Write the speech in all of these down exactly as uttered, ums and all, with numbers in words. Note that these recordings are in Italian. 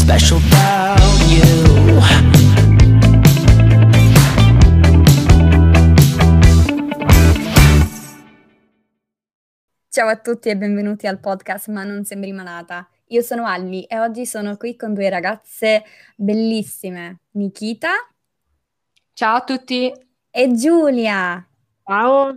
special about you. Ciao a tutti e benvenuti al podcast Ma non sembri malata. Io sono Alli e oggi sono qui con due ragazze bellissime, Nikita Ciao a tutti. e Giulia. Ciao.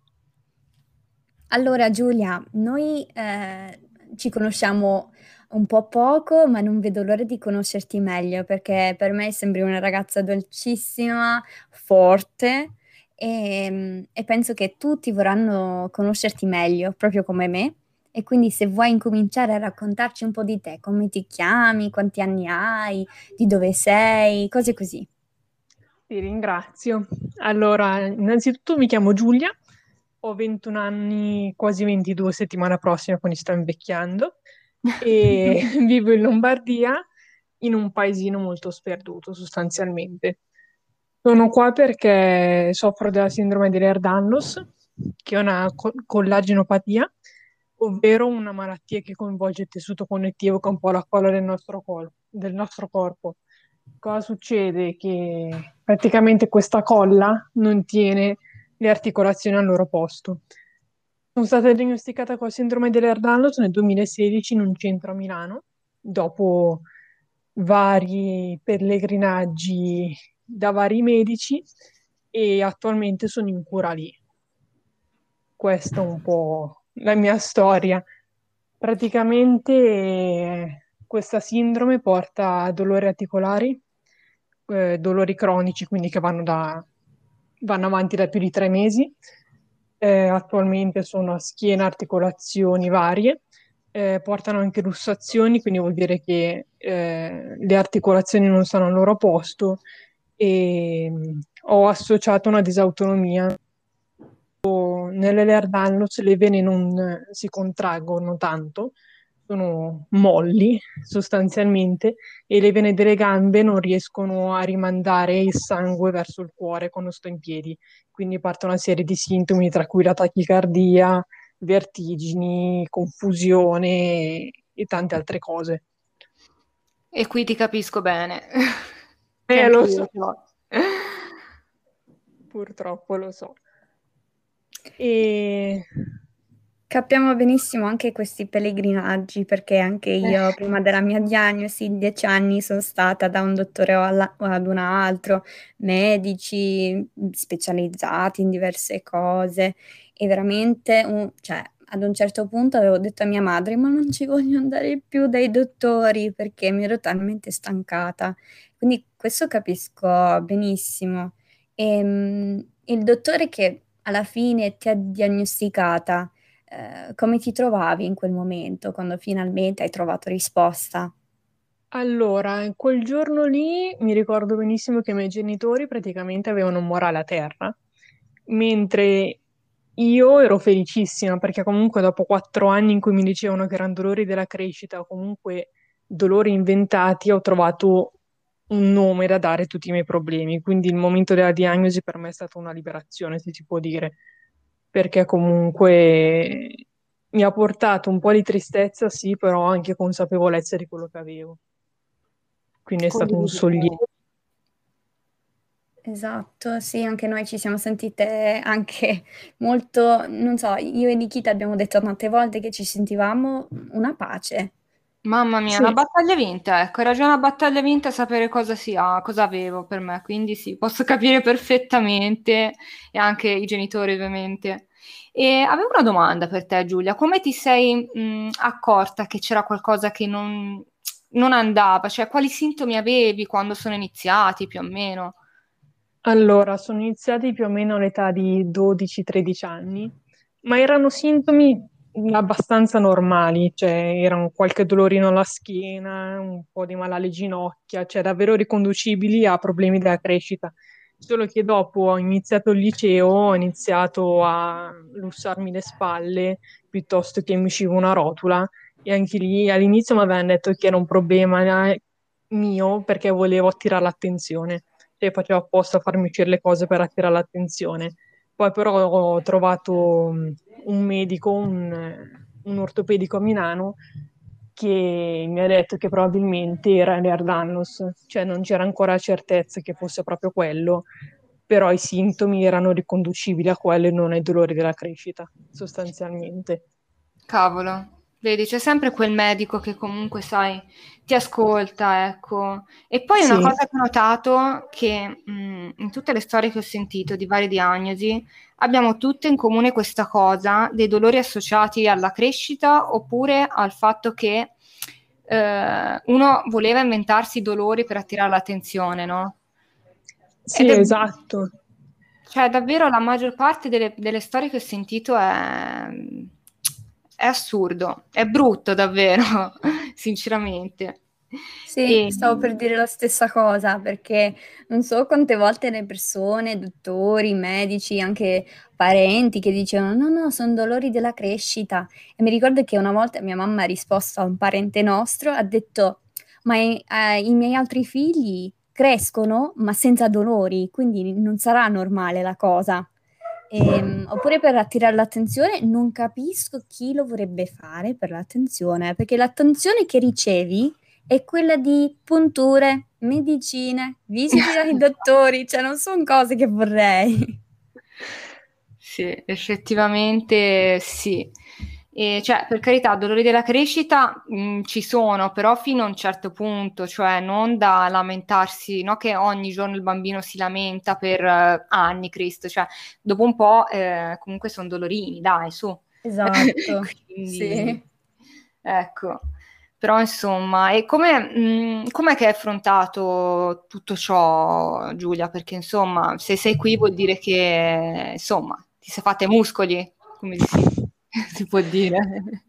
Allora Giulia, noi eh, ci conosciamo un po' poco, ma non vedo l'ora di conoscerti meglio perché per me sembri una ragazza dolcissima, forte e, e penso che tutti vorranno conoscerti meglio, proprio come me. E quindi se vuoi incominciare a raccontarci un po' di te, come ti chiami, quanti anni hai, di dove sei, cose così. Ti ringrazio. Allora, innanzitutto mi chiamo Giulia, ho ventuno anni, quasi ventidue settimana prossima, quindi sto invecchiando, e vivo in Lombardia, in un paesino molto sperduto sostanzialmente. Sono qua perché soffro della sindrome di Ehlers-Danlos, che è una co- collagenopatia, ovvero una malattia che coinvolge il tessuto connettivo, che è un po' la colla del nostro, col- del nostro corpo. Cosa succede? Che praticamente questa colla non tiene le articolazioni al loro posto. Sono stata diagnosticata con sindrome di Ehlers-Danlos nel duemilasedici in un centro a Milano, dopo vari pellegrinaggi da vari medici e attualmente sono in cura lì. Questa è un po' la mia storia. Praticamente eh, questa sindrome porta a dolori articolari, eh, dolori cronici, quindi che vanno, da- vanno avanti da più di tre mesi. Eh, attualmente sono a schiena, articolazioni varie. Eh, portano anche lussazioni, quindi vuol dire che eh, le articolazioni non stanno al loro posto e mh, ho associato una disautonomia. Nell'Ehlers-Danlos le vene non eh, si contraggono tanto, sono molli sostanzialmente, e le vene delle gambe non riescono a rimandare il sangue verso il cuore quando sto in piedi. Quindi parte una serie di sintomi, tra cui la tachicardia, vertigini, confusione e, e tante altre cose. E qui ti capisco bene, che Eh, anche lo io so, ce l'ho. purtroppo lo so. E Capiamo benissimo anche questi pellegrinaggi perché anche io Eh, prima della mia diagnosi, dieci anni, sono stata da un dottore o alla- o ad un altro, medici specializzati in diverse cose e veramente, un- cioè, ad un certo punto avevo detto a mia madre, ma non ci voglio andare più dai dottori perché mi ero talmente stancata. Quindi questo capisco benissimo. E, il dottore che alla fine ti ha diagnosticata, eh, come ti trovavi in quel momento, quando finalmente hai trovato risposta? allora, in quel giorno lì mi ricordo benissimo che i miei genitori praticamente avevano un morale a terra, mentre io ero felicissima perché comunque dopo quattro anni in cui mi dicevano che erano dolori della crescita o comunque dolori inventati, ho trovato un nome da dare a tutti i miei problemi. Quindi il momento della diagnosi per me è stata una liberazione, se si può dire, perché comunque mi ha portato un po' di tristezza, sì, però anche consapevolezza di quello che avevo. Quindi è stato un condivido pieno. sollievo. Esatto, sì, anche noi ci siamo sentite anche molto, non so, io e Nikita abbiamo detto tante volte che ci sentivamo una pace. Mamma mia, una Sì, battaglia vinta, ecco, era già una battaglia vinta sapere cosa sia, cosa avevo per me, quindi sì, posso capire perfettamente e anche i genitori ovviamente. E avevo una domanda per te, Giulia, come ti sei mh, accorta che c'era qualcosa che non, non andava? Cioè, quali sintomi avevi quando sono iniziati più o meno? allora sono iniziati più o meno all'età di dodici tredici anni, ma erano sintomi abbastanza normali, cioè erano qualche dolorino alla schiena, un po' di male alle ginocchia, cioè davvero riconducibili a problemi della crescita. Solo che dopo ho iniziato il liceo, ho iniziato a lussarmi le spalle piuttosto che mi usciva una rotula, e anche lì all'inizio mi avevano detto che era un problema eh, mio perché volevo attirare l'attenzione, cioè facevo apposta a farmi uscire le cose per attirare l'attenzione. Poi però ho trovato mh, un medico, un, un ortopedico a Milano, che mi ha detto che probabilmente era l'Ehlers-Danlos, cioè non c'era ancora certezza che fosse proprio quello, però i sintomi erano riconducibili a quello e non ai dolori della crescita, sostanzialmente. Cavolo, vedi, c'è sempre quel medico che comunque, sai, ti ascolta, ecco. E poi una Sì, cosa che ho notato, che mh, in tutte le storie che ho sentito di varie diagnosi, abbiamo tutte in comune questa cosa dei dolori associati alla crescita oppure al fatto che eh, uno voleva inventarsi i dolori per attirare l'attenzione, no? Ed sì, è, esatto. cioè, davvero la maggior parte delle, delle storie che ho sentito è, è assurdo, è brutto davvero, sinceramente. Sì, E, stavo per dire la stessa cosa, perché non so quante volte le persone, dottori, medici, anche parenti che dicevano no, no, sono dolori della crescita. E mi ricordo che una volta mia mamma ha risposto a un parente nostro, ha detto, ma i, eh, i miei altri figli crescono, ma senza dolori, quindi non sarà normale la cosa. Ehm, oppure per attirare l'attenzione, non capisco chi lo vorrebbe fare per l'attenzione, perché l'attenzione che ricevi è quella di punture, medicine, visite dai dottori, cioè non sono cose che vorrei. sì, effettivamente sì. E, cioè, per carità, dolori della crescita mh, ci sono, però fino a un certo punto, cioè non da lamentarsi, no che ogni giorno il bambino si lamenta per eh, anni, Cristo, cioè dopo un po' eh, comunque sono dolorini, dai, su. Esatto, Quindi, sì. ecco. Però insomma, e come, mh, com'è che hai affrontato tutto ciò, Giulia? Perché insomma, se sei qui vuol dire che, insomma, ti sei fatta i muscoli, come si, si può dire.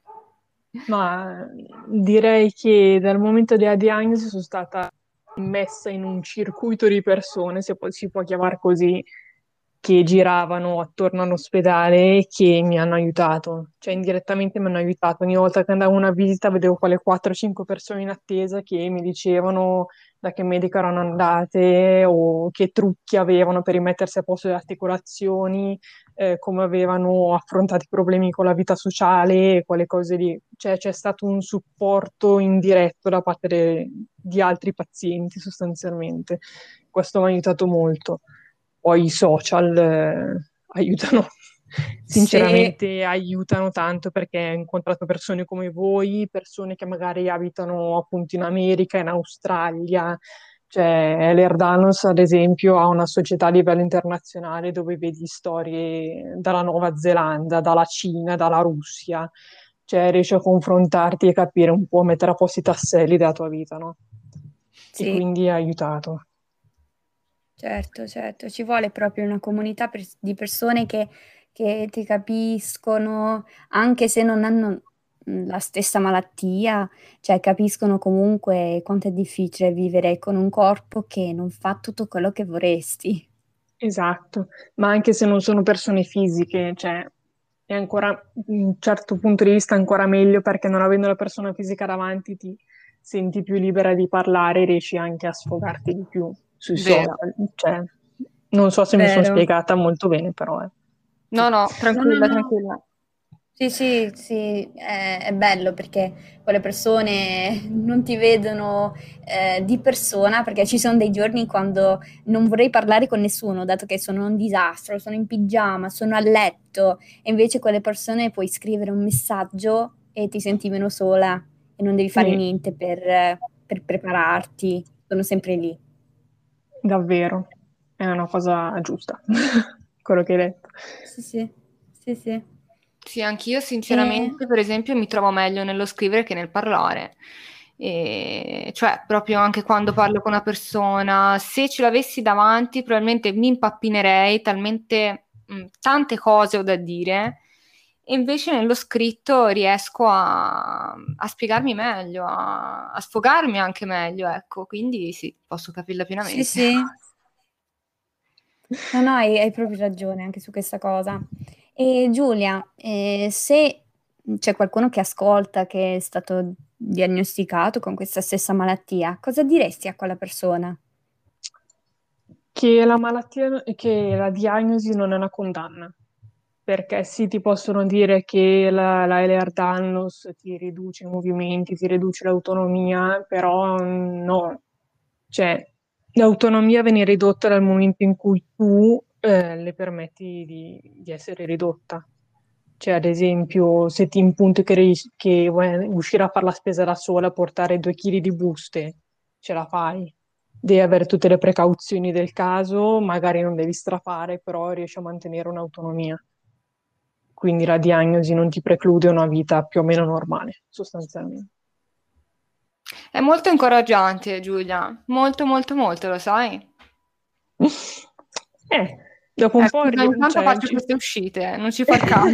Ma direi che dal momento della diagnosi sono stata messa in un circuito di persone, se poi si può chiamare così, che giravano attorno all'ospedale e che mi hanno aiutato, cioè indirettamente mi hanno aiutato. Ogni volta che andavo a una visita vedevo quelle quattro cinque persone in attesa che mi dicevano da che medico erano andate o che trucchi avevano per rimettersi a posto le articolazioni, eh, come avevano affrontato i problemi con la vita sociale e quelle cose lì. Cioè c'è stato un supporto indiretto da parte de- di altri pazienti sostanzialmente. Questo mi ha aiutato molto. Poi i social eh, aiutano, Sì, sinceramente aiutano tanto perché ho incontrato persone come voi, persone che magari abitano appunto in America, in Australia. Cioè, l'Erdanos, ad esempio, ha una società a livello internazionale dove vedi storie dalla Nuova Zelanda, dalla Cina, dalla Russia. Cioè, riesci a confrontarti e capire un po', mettere a posto i tasselli della tua vita, no? E sì. quindi ha aiutato. Certo, certo, ci vuole proprio una comunità pers- di persone che, che ti capiscono, anche se non hanno mh, la stessa malattia, cioè capiscono comunque quanto è difficile vivere con un corpo che non fa tutto quello che vorresti. Esatto, ma anche se non sono persone fisiche, cioè è ancora, in un certo punto di vista, ancora meglio perché non avendo la persona fisica davanti ti senti più libera di parlare e riesci anche a sfogarti di più sui Vero. social. Cioè, non so se mi sono Vero? spiegata molto bene, però è No, così. no, No, no, tranquilla, no. tranquilla. Sì, sì, sì, è, è bello perché quelle persone non ti vedono eh, di persona, perché ci sono dei giorni quando non vorrei parlare con nessuno, dato che sono un disastro, sono in pigiama, sono a letto, e invece quelle persone puoi scrivere un messaggio e ti senti meno sola e non devi fare Sì, niente per, per prepararti, sono sempre lì. davvero, è una cosa giusta, quello che hai detto. Sì, sì, sì, sì. Sì, anch'io E... sinceramente, per esempio, mi trovo meglio nello scrivere che nel parlare. E, cioè, proprio anche quando parlo con una persona, se ce l'avessi davanti, probabilmente mi impappinerei, talmente mh, tante cose ho da dire, e invece nello scritto riesco a, a spiegarmi meglio, a, a sfogarmi anche meglio, ecco, quindi sì, posso capirla Sì, pienamente. sì. No, no, hai, hai proprio ragione anche su questa cosa. E Giulia, eh, se c'è qualcuno che ascolta che è stato diagnosticato con questa stessa malattia, cosa diresti a quella persona? Che la malattia, che la diagnosi non è una condanna. perché sì, ti possono dire che la, la Ehlers-Danlos ti riduce i movimenti, ti riduce l'autonomia, però mm, no, cioè l'autonomia viene ridotta dal momento in cui tu eh, le permetti di, di essere ridotta. Cioè, ad esempio, se ti impunti che, ri- che vuoi uscire a fare la spesa da sola, portare due chili di buste, ce la fai. Devi avere tutte le precauzioni del caso, magari non devi strafare, però riesci a mantenere un'autonomia. Quindi la diagnosi non ti preclude una vita più o meno normale, sostanzialmente. È molto incoraggiante, Giulia. Molto, molto, molto, lo sai? Eh, dopo un Eh, po' scusa, ogni ri- tanto cioè, faccio ci... queste uscite, non ci far caso.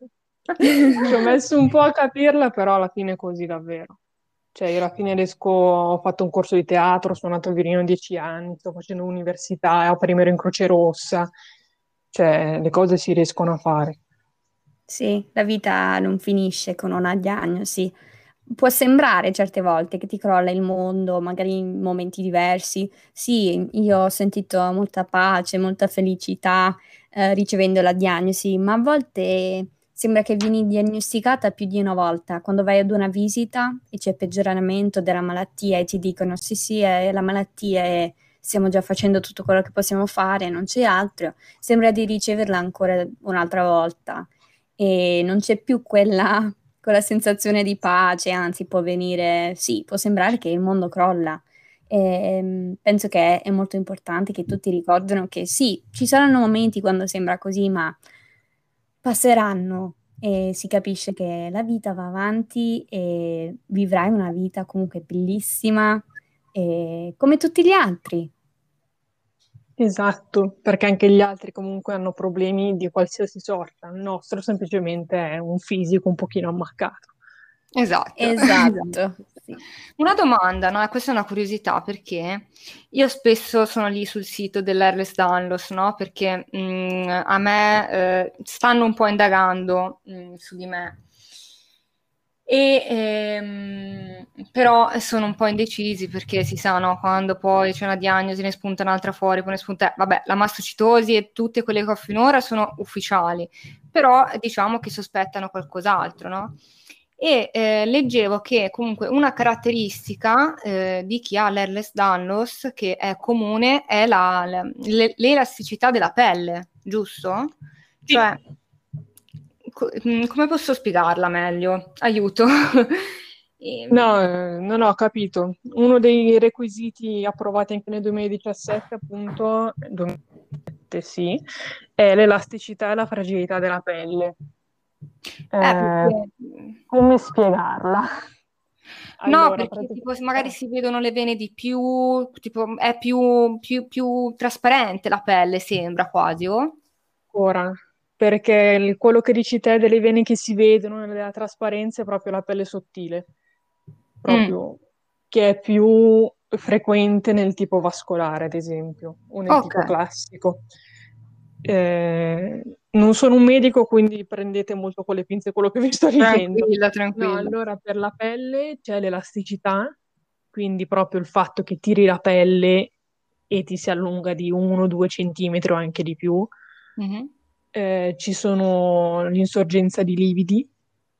ci ho messo un po' a capirla, però alla fine è così davvero. Cioè, io alla fine riesco, ho fatto un corso di teatro, sono andato a Torino dieci anni, sto facendo università, ho primero in Croce Rossa, cioè le cose si riescono a fare. Sì, la vita non finisce con una diagnosi. Può sembrare certe volte che ti crolla il mondo, magari in momenti diversi. Sì, io ho sentito molta pace, molta felicità, eh, ricevendo la diagnosi, ma a volte sembra che vieni diagnosticata più di una volta. Quando vai ad una visita e c'è peggioramento della malattia e ti dicono sì, sì, è la malattia e stiamo già facendo tutto quello che possiamo fare, non c'è altro, sembra di riceverla ancora un'altra volta e non c'è più quella, quella sensazione di pace, anzi può venire, sì, può sembrare che il mondo crolla. Ehm, penso che è molto importante che tutti ricordino che sì, ci saranno momenti quando sembra così, ma passeranno e si capisce che la vita va avanti e vivrai una vita comunque bellissima, e come tutti gli altri. Esatto, perché anche gli altri comunque hanno problemi di qualsiasi sorta, il nostro semplicemente è un fisico un pochino ammaccato. Esatto. Esatto, sì. Una domanda, no? Questa è una curiosità perché io spesso sono lì sul sito dell'Herles Danlos, no? Perché mh, a me eh, stanno un po' indagando mh, su di me. E, ehm, però sono un po' indecisi perché si sa, no? Quando poi c'è una diagnosi ne spunta un'altra fuori, poi ne spunta... Vabbè, la mastocitosi e tutte quelle che ho finora sono ufficiali, però diciamo che sospettano qualcos'altro, no? E eh, leggevo che comunque una caratteristica eh, di chi ha l'Ehlers-Danlos che è comune è la- la- le- l'elasticità della pelle, giusto? Cioè, co- mm, come posso spiegarla meglio? Aiuto. No, Ehm, eh, non ho capito. Uno dei requisiti approvati anche nel duemiladiciassette, appunto, duemilasette, sì, è l'elasticità e la fragilità della pelle. eh, Eh, perché... come spiegarla? No, Allora, perché praticamente, tipo, magari si vedono le vene di più, tipo è più, più, più trasparente la pelle, sembra quasi, oh? ora, perché il- quello che dici te delle vene che si vedono nella trasparenza è proprio la pelle sottile, Mm, proprio che è più frequente nel tipo vascolare, ad esempio, o nel ok, tipo classico. Eh, non sono un medico, quindi prendete molto con le pinze quello che vi sto dicendo. tranquilla, No, tranquilla. allora per la pelle c'è l'elasticità, quindi proprio il fatto che tiri la pelle e ti si allunga di uno due centimetri o anche di più. Mhm. Eh, ci sono l'insorgenza di lividi,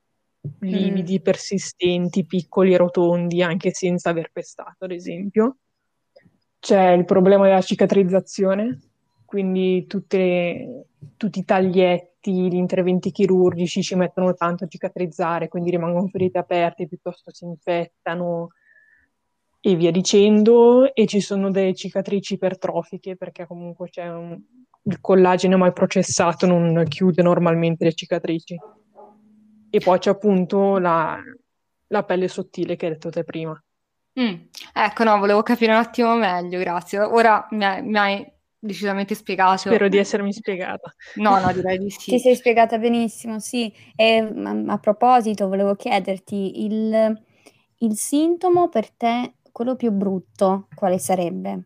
Mm. lividi persistenti, piccoli e rotondi, anche senza aver pestato, ad esempio. C'è il problema della cicatrizzazione, quindi tutte- tutti i taglietti, gli interventi chirurgici ci mettono tanto a cicatrizzare, quindi rimangono ferite aperte, piuttosto si infettano e via dicendo. E ci sono delle cicatrici ipertrofiche, perché comunque c'è un- il collagene mai processato non chiude normalmente le cicatrici. E poi c'è appunto la, la pelle sottile che hai detto te prima. Mm. Ecco, no, volevo capire un attimo meglio, grazie. Ora mi hai, mi hai decisamente spiegato. Spero di essermi spiegata. No, no, direi di Ti sì. sei spiegata benissimo, sì. E mm, a proposito, volevo chiederti, il, il sintomo per te, quello più brutto, quale sarebbe?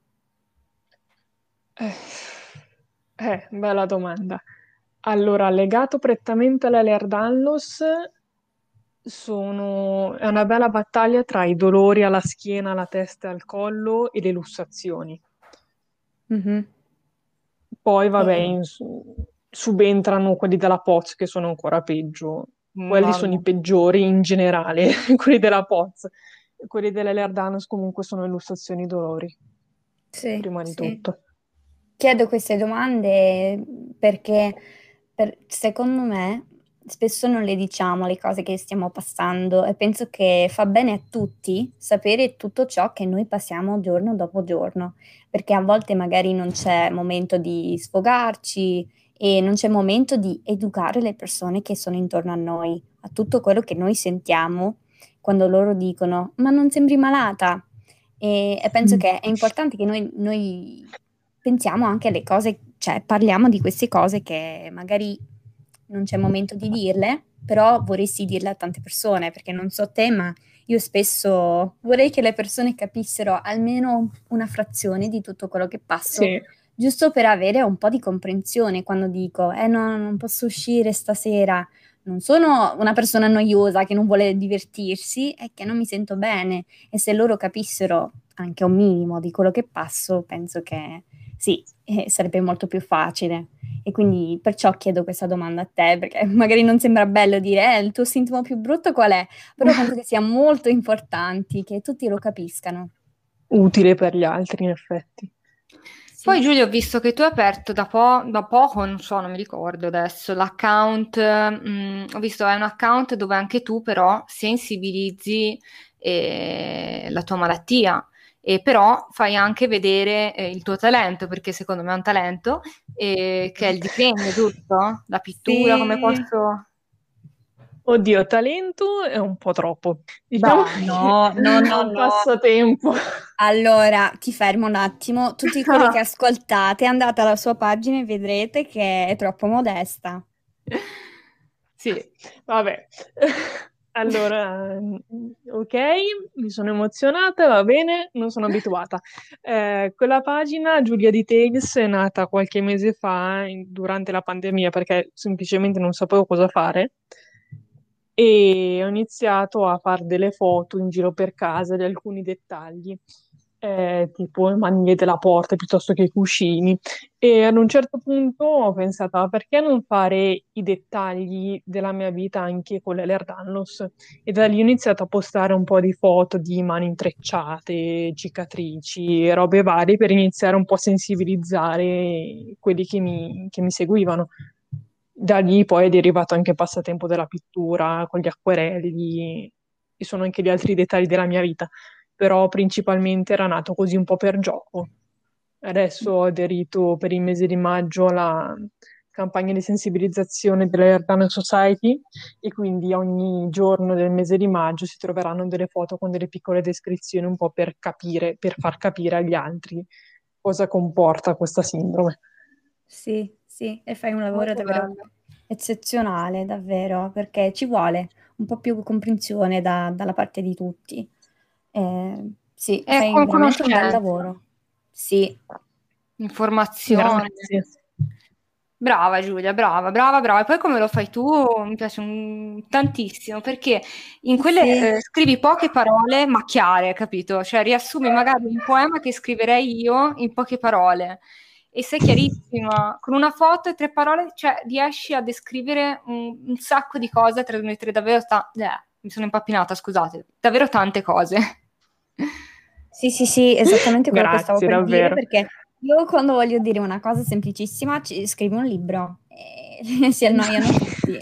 Eh, eh, bella domanda. Allora, legato prettamente all'Ehlers-Danlos, sono... è una bella battaglia tra i dolori alla schiena, alla testa e al collo e le lussazioni. Mhm. Poi, vabbè, E- in- subentrano quelli della P O Z che sono ancora peggio. Quelli sono Vabbè. i peggiori in generale, quelli della P O Z. Quelli dell'Ehlers-Danlos comunque sono illustrazioni dolori, Sì, prima di sì. tutto. Chiedo queste domande perché per- secondo me spesso non le diciamo le cose che stiamo passando e penso che fa bene a tutti sapere tutto ciò che noi passiamo giorno dopo giorno, perché a volte magari non c'è momento di sfogarci e non c'è momento di educare le persone che sono intorno a noi, a tutto quello che noi sentiamo quando loro dicono ma non sembri malata. E, e penso che è importante che noi, noi pensiamo anche alle cose, cioè parliamo di queste cose che magari non c'è momento di dirle, però vorresti dirle a tante persone, perché non so te, ma io spesso vorrei che le persone capissero almeno una frazione di tutto quello che passo, Sì, giusto per avere un po' di comprensione quando dico, eh no, non posso uscire stasera, non sono una persona noiosa che non vuole divertirsi, è che non mi sento bene. E se loro capissero anche un minimo di quello che passo, penso che sì, eh, sarebbe molto più facile. E quindi perciò chiedo questa domanda a te, perché magari non sembra bello dire, eh, il tuo sintomo più brutto qual è? Però penso che sia molto importante che tutti lo capiscano. utile per gli altri, in effetti. Poi Sì. Giulio, ho visto che tu hai aperto da, po- da poco, non so, non mi ricordo adesso, l'account, mm, ho visto è un account dove anche tu però sensibilizzi eh, la tua malattia e però fai anche vedere eh, il tuo talento, perché secondo me è un talento, eh, che è il disegno, giusto? La pittura, come Sì. posso... Oddio, talento è un po' troppo. Diciamo Dai. che No, no, è no, un no. passatempo. Allora, ti fermo un attimo. Tutti quelli che ascoltate, andate alla sua pagina e vedrete che è troppo modesta. Sì, vabbè. Allora, mm, ok, mi sono emozionata, va bene, non sono abituata. Eh, quella pagina, Giulia Details, è nata qualche mese fa, in- durante la pandemia, perché semplicemente non sapevo cosa fare e ho iniziato a fare delle foto in giro per casa di alcuni dettagli, eh, tipo le maniglie della porta piuttosto che i cuscini. E ad un certo punto ho pensato, "Ah, perché non fare i dettagli della mia vita anche con l'Ehlers-Danlos?" E da lì ho iniziato a postare un po' di foto di mani intrecciate, cicatrici e robe varie per iniziare un po' a sensibilizzare quelli che mi, che mi seguivano. Da lì poi è derivato anche il passatempo della pittura con gli acquerelli e sono anche gli altri dettagli della mia vita, però principalmente era nato così un po' per gioco. Adesso ho aderito per il mese di maggio alla campagna di sensibilizzazione della Erdana Society e quindi ogni giorno del mese di maggio si troveranno delle foto con delle piccole descrizioni un po' per capire, per far capire agli altri cosa comporta questa sindrome. Sì, sì, e fai un lavoro Molto davvero bello. eccezionale, davvero, perché ci vuole un po' più comprensione da- dalla parte di tutti. Eh, sì, E fai con veramente un bel conoscenza, lavoro. Sì, informazione. Grazie. Brava Giulia, brava, brava, brava. E poi come lo fai tu mi piace un- tantissimo perché in quelle sì. eh, scrivi poche parole ma chiare, capito? Cioè riassumi magari un poema che scriverei io in poche parole e sei chiarissima. Con una foto e tre parole, cioè riesci a descrivere un, un sacco di cose, a trasmettere davvero ta- eh, mi sono impappinata, scusate, davvero tante cose. Sì, sì, sì, esattamente quello che stavo Grazie, per dire, davvero. perché io quando voglio dire una cosa semplicissima ci scrivo un libro e si annoiano tutti.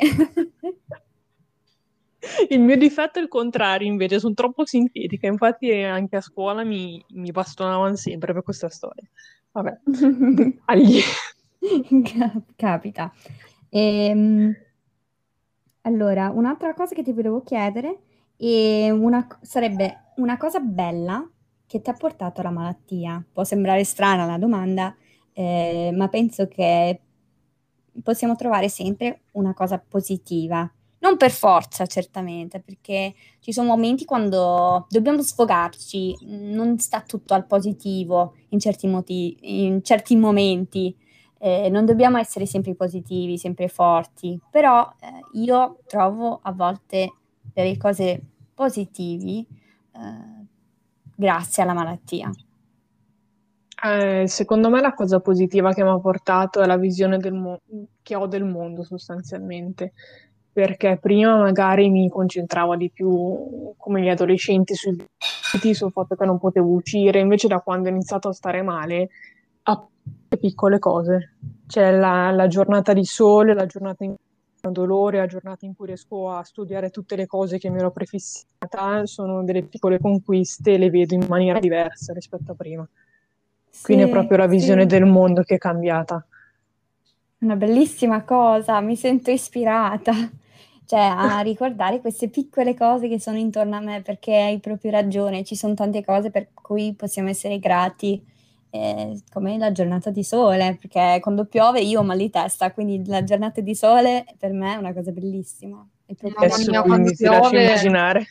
Il mio difetto è il contrario, invece, sono troppo sintetica, infatti anche a scuola mi, mi bastonavano sempre per questa storia. Vabbè, dettagli. Cap- Capita. Ehm, allora, un'altra cosa che ti volevo chiedere è una- sarebbe una cosa bella che ti ha portato alla malattia. Può sembrare strana la domanda, eh, ma penso che possiamo trovare sempre una cosa positiva. Non per forza, certamente, perché ci sono momenti quando dobbiamo sfogarci, non sta tutto al positivo in certi moti- in certi momenti. Eh, non dobbiamo essere sempre positivi, sempre forti, però eh, io trovo a volte delle cose positivi eh, grazie alla malattia. Eh, secondo me la cosa positiva che mi ha portato è la visione del mo- che ho del mondo sostanzialmente, perché prima magari mi concentravo di più come gli adolescenti sui vestiti, sul fatto che non potevo uscire, invece da quando ho iniziato a stare male, a piccole cose, c'è la, la giornata di sole, la giornata in cui ho dolore, la giornata in cui riesco a studiare tutte le cose che mi ero prefissata, sono delle piccole conquiste e le vedo in maniera diversa rispetto a prima. Quindi è Sì, proprio la visione sì, del mondo che è cambiata. una bellissima cosa, mi sento ispirata, cioè a ricordare queste piccole cose che sono intorno a me, perché hai proprio ragione, ci sono tante cose per cui possiamo essere grati, eh, come la giornata di sole, perché quando piove io ho mal di testa, quindi la giornata di sole per me è una cosa bellissima, è proprio Mamma Adesso mia, una... quando quindi ti lascio piove. immaginare.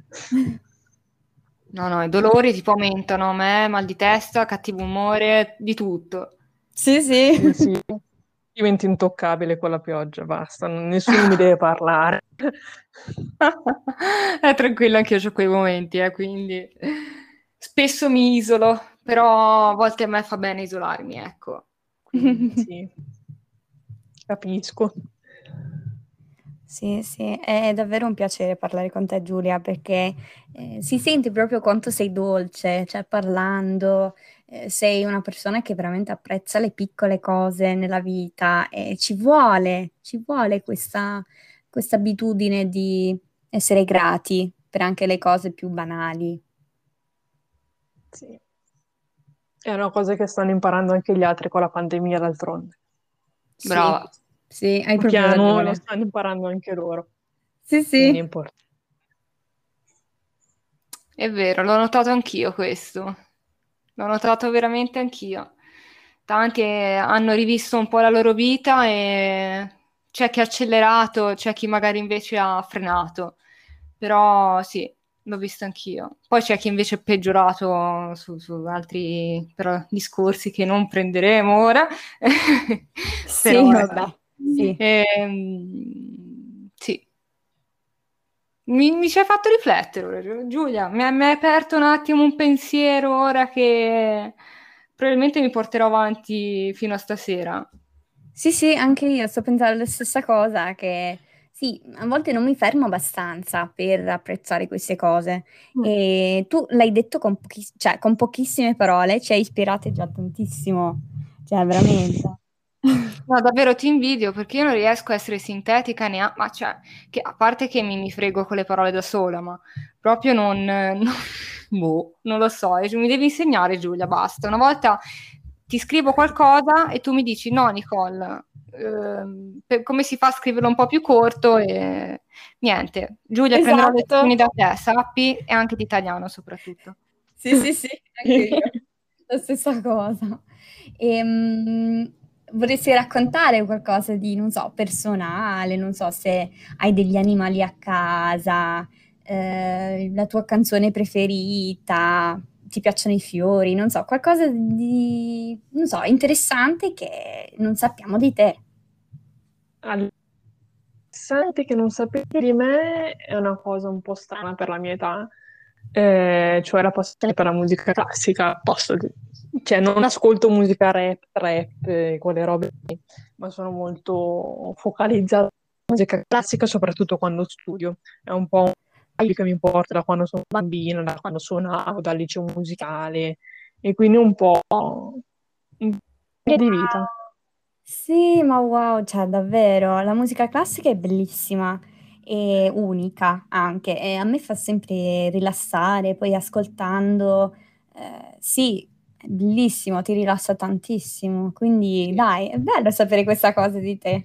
No, no, i dolori tipo aumentano, a me, mal di testa, cattivo umore, di tutto. Sì, Sì, sì. sì, diventi intoccabile con la pioggia, basta, non- nessuno mi deve parlare. È tranquilla, anche io ho quei momenti, eh, quindi spesso mi isolo, però a volte a me fa bene isolarmi, ecco. Quindi Sì, capisco. Sì, sì, è davvero un piacere parlare con te Giulia perché eh, si sente proprio quanto sei dolce, cioè parlando, eh, sei una persona che veramente apprezza le piccole cose nella vita e ci vuole, ci vuole questa, questa abitudine di essere grati per anche le cose più banali. Sì. È una cosa che stanno imparando anche gli altri con la pandemia, d'altronde. Sì, brava. sì, hai proprio Piano lo ragione. stanno imparando anche loro, Sì, quindi è sì. importante. È vero, l'ho notato anch'io questo. L'ho notato veramente anch'io. Tanti eh, hanno rivisto un po' la loro vita e c'è chi ha accelerato, c'è chi magari invece ha frenato. Però sì, l'ho visto anch'io. Poi c'è chi invece è peggiorato su, su altri però, discorsi che non prenderemo ora. Sì, Però vabbè, sì. ehm, sì. Mi, mi ci hai fatto riflettere ora, Giu- Giulia, mi, ha- mi hai aperto un attimo un pensiero ora che probabilmente mi porterò avanti fino a stasera. Sì, sì, anche io sto pensando la stessa cosa, che sì, a volte non mi fermo abbastanza per apprezzare queste cose. Mm. E tu l'hai detto con, pochi- cioè, con pochissime parole, ci hai ispirate già tantissimo, cioè veramente. No, davvero ti invidio perché io non riesco a essere sintetica neanche, ma cioè, che, a parte che mi, mi frego con le parole da sola, ma proprio non, non, boh, non lo so, e mi devi insegnare Giulia, basta. Una volta ti scrivo qualcosa e tu mi dici no, Nicole, ehm, per- come si fa a scriverlo un po' più corto e niente. Giulia, prenderò lezioni Esatto. da te, sappi, e anche di italiano soprattutto. Sì, sì, sì, anche io. La stessa cosa. Ehm, vorresti raccontare qualcosa di, non so, personale, non so se hai degli animali a casa, eh, la tua canzone preferita, ti piacciono i fiori, non so, qualcosa di, non so, interessante che non sappiamo di te. Allora, interessante che non sapete di me è una cosa un po' strana per la mia età, eh, cioè la passione per la musica classica. Posso dire. Cioè, non ascolto musica rap, trap, eh, quelle robe lì, ma sono molto focalizzata sulla musica classica, soprattutto quando studio. È un po' un hobby che mi porta da quando sono bambina, da quando suonavo, dal liceo musicale, e quindi un po' un po' di vita. Sì, ma wow, cioè davvero, la musica classica è bellissima e unica anche, e a me fa sempre rilassare, poi ascoltando, eh, sì, è bellissimo, ti rilassa tantissimo, quindi Sì. dai, è bello sapere questa cosa di te.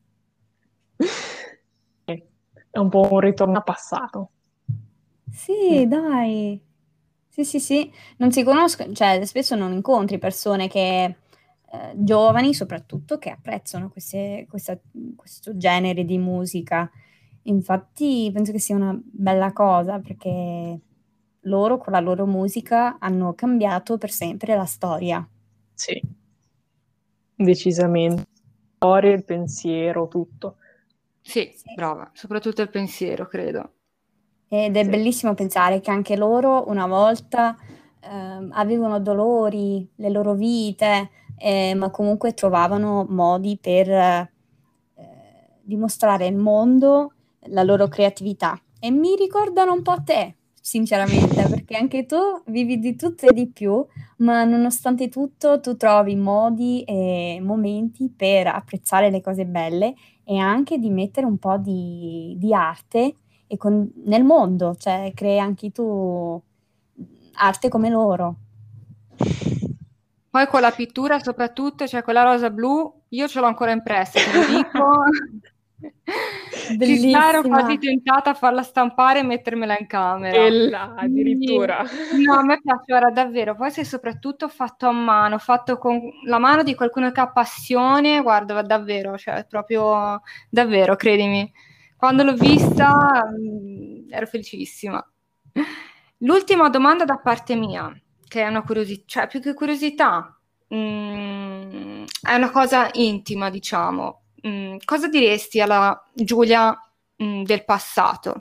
È un po' un ritorno al passato. Sì, dai. Sì, sì, sì, non si conoscono, cioè spesso non incontri persone che, eh, giovani soprattutto, che apprezzano queste- questa- questo genere di musica. Infatti penso che sia una bella cosa perché loro con la loro musica hanno cambiato per sempre la storia. Sì, decisamente. La storia, il pensiero, tutto. Sì, Sì. brava, soprattutto il pensiero, credo. Ed è Sì. bellissimo pensare che anche loro una volta ehm, avevano dolori, le loro vite, eh, ma comunque trovavano modi per eh, dimostrare al mondo la loro creatività. E mi ricordano un po' te, sinceramente, perché anche tu vivi di tutto e di più, ma nonostante tutto tu trovi modi e momenti per apprezzare le cose belle e anche di mettere un po' di, di arte e con- nel mondo, cioè crei anche tu arte come loro. Poi con la pittura soprattutto, cioè quella rosa blu, io ce l'ho ancora impressa, te lo dico. Chissà, ero Bellissima. quasi tentata a farla stampare e mettermela in camera. E là, addirittura. Quindi, no, a me piace, ora davvero. Poi se soprattutto fatto a mano, fatto con la mano di qualcuno che ha passione, guarda, davvero, cioè proprio, davvero, credimi. Quando l'ho vista, mh, ero felicissima. L'ultima domanda da parte mia, che è una curiosità, cioè più che curiosità, mh, è una cosa intima, diciamo. Mh, cosa diresti alla Giulia, mh, del passato?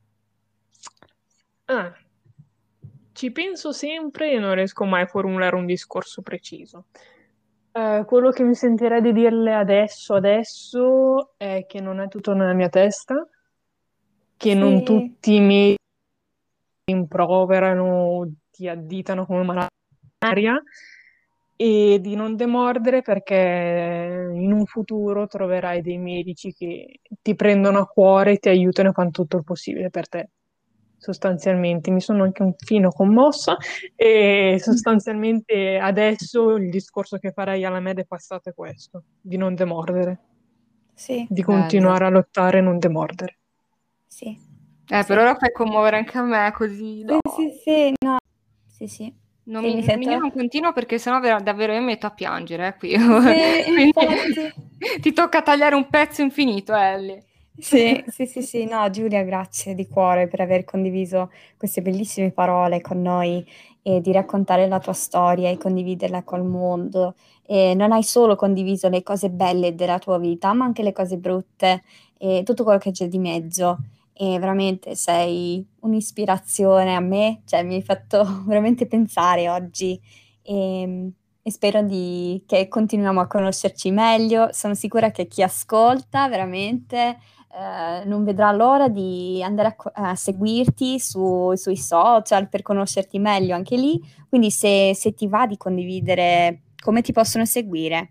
Ah, ci penso sempre e non riesco mai a formulare un discorso preciso. Eh, quello che mi sentirei di dirle adesso, adesso, è che non è tutto nella mia testa, che non Sì, tutti i miei rimproverano, ti additano come malaria e di non demordere perché in un futuro troverai dei medici che ti prendono a cuore e ti aiutano e fanno tutto il possibile per te. Sostanzialmente, mi sono anche un filo commossa e sostanzialmente adesso il discorso che farei alla me del passato è questo, di non demordere, sì, di Bello. continuare a lottare e non demordere. sì. Eh, Sì. per ora fai commuovere anche a me, così, no. Sì, sì, sì, no. Sì, sì. Non Sì, mi, mi non mi sento... dire un continuo perché sennò ver- davvero io mi metto a piangere, eh, qui. Sì, Quindi infatti. ti tocca tagliare un pezzo infinito, Ellie. Sì, sì, sì, sì, no, Giulia, grazie di cuore per aver condiviso queste bellissime parole con noi e di raccontare la tua storia e condividerla col mondo. E non hai solo condiviso le cose belle della tua vita, ma anche le cose brutte e tutto quello che c'è di mezzo. E veramente sei un'ispirazione a me, cioè mi hai fatto veramente pensare oggi e, e spero di- che continuiamo a conoscerci meglio. Sono sicura che chi ascolta veramente eh, non vedrà l'ora di andare a, co- a seguirti su- sui social per conoscerti meglio anche lì. Quindi se, se ti va di condividere come ti possono seguire.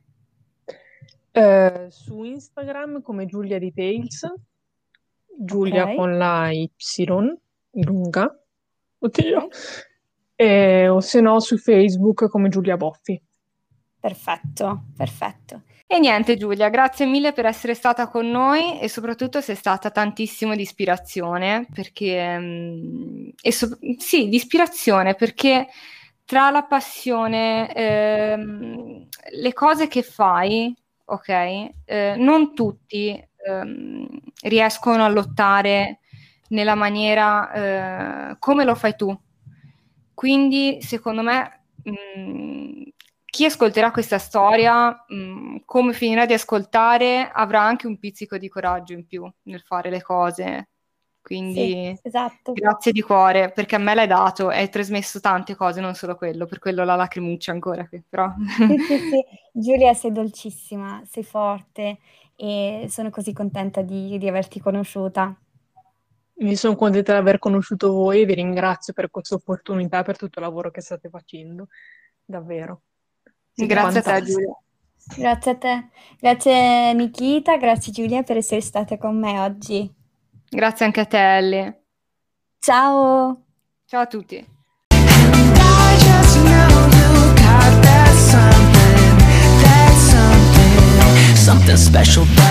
Eh, su Instagram come Giulia Details, Giulia Ok, con la Y lunga, oddio, ok, e, o se no su Facebook come Giulia Boffi. perfetto, perfetto. E niente, Giulia, grazie mille per essere stata con noi e soprattutto sei stata tantissimo di ispirazione, perché, mm, e so- sì, di ispirazione, perché tra la passione, ehm, le cose che fai, ok, eh, non tutti, ehm, riescono a lottare nella maniera, eh, come lo fai tu. Quindi, secondo me, mh, chi ascolterà questa storia, mh, come finirà di ascoltare, avrà anche un pizzico di coraggio in più nel fare le cose. Sì, Quindi, esatto. grazie di cuore, perché a me l'hai dato e hai trasmesso tante cose, non solo quello, per quello la lacrimuccia ancora qui, però. Sì, sì, sì. Giulia, sei dolcissima, sei forte e sono così contenta di, di averti conosciuta. Mi sono contenta di aver conosciuto voi e vi ringrazio per questa opportunità e per tutto il lavoro che state facendo. Davvero. Siete Grazie a te, fantastici. Giulia. Grazie a te. Grazie Nikita, grazie Giulia per essere stata con me oggi. Grazie anche a te, Ellie. Ciao! Ciao a tutti. I just know you got that something, that something, something special.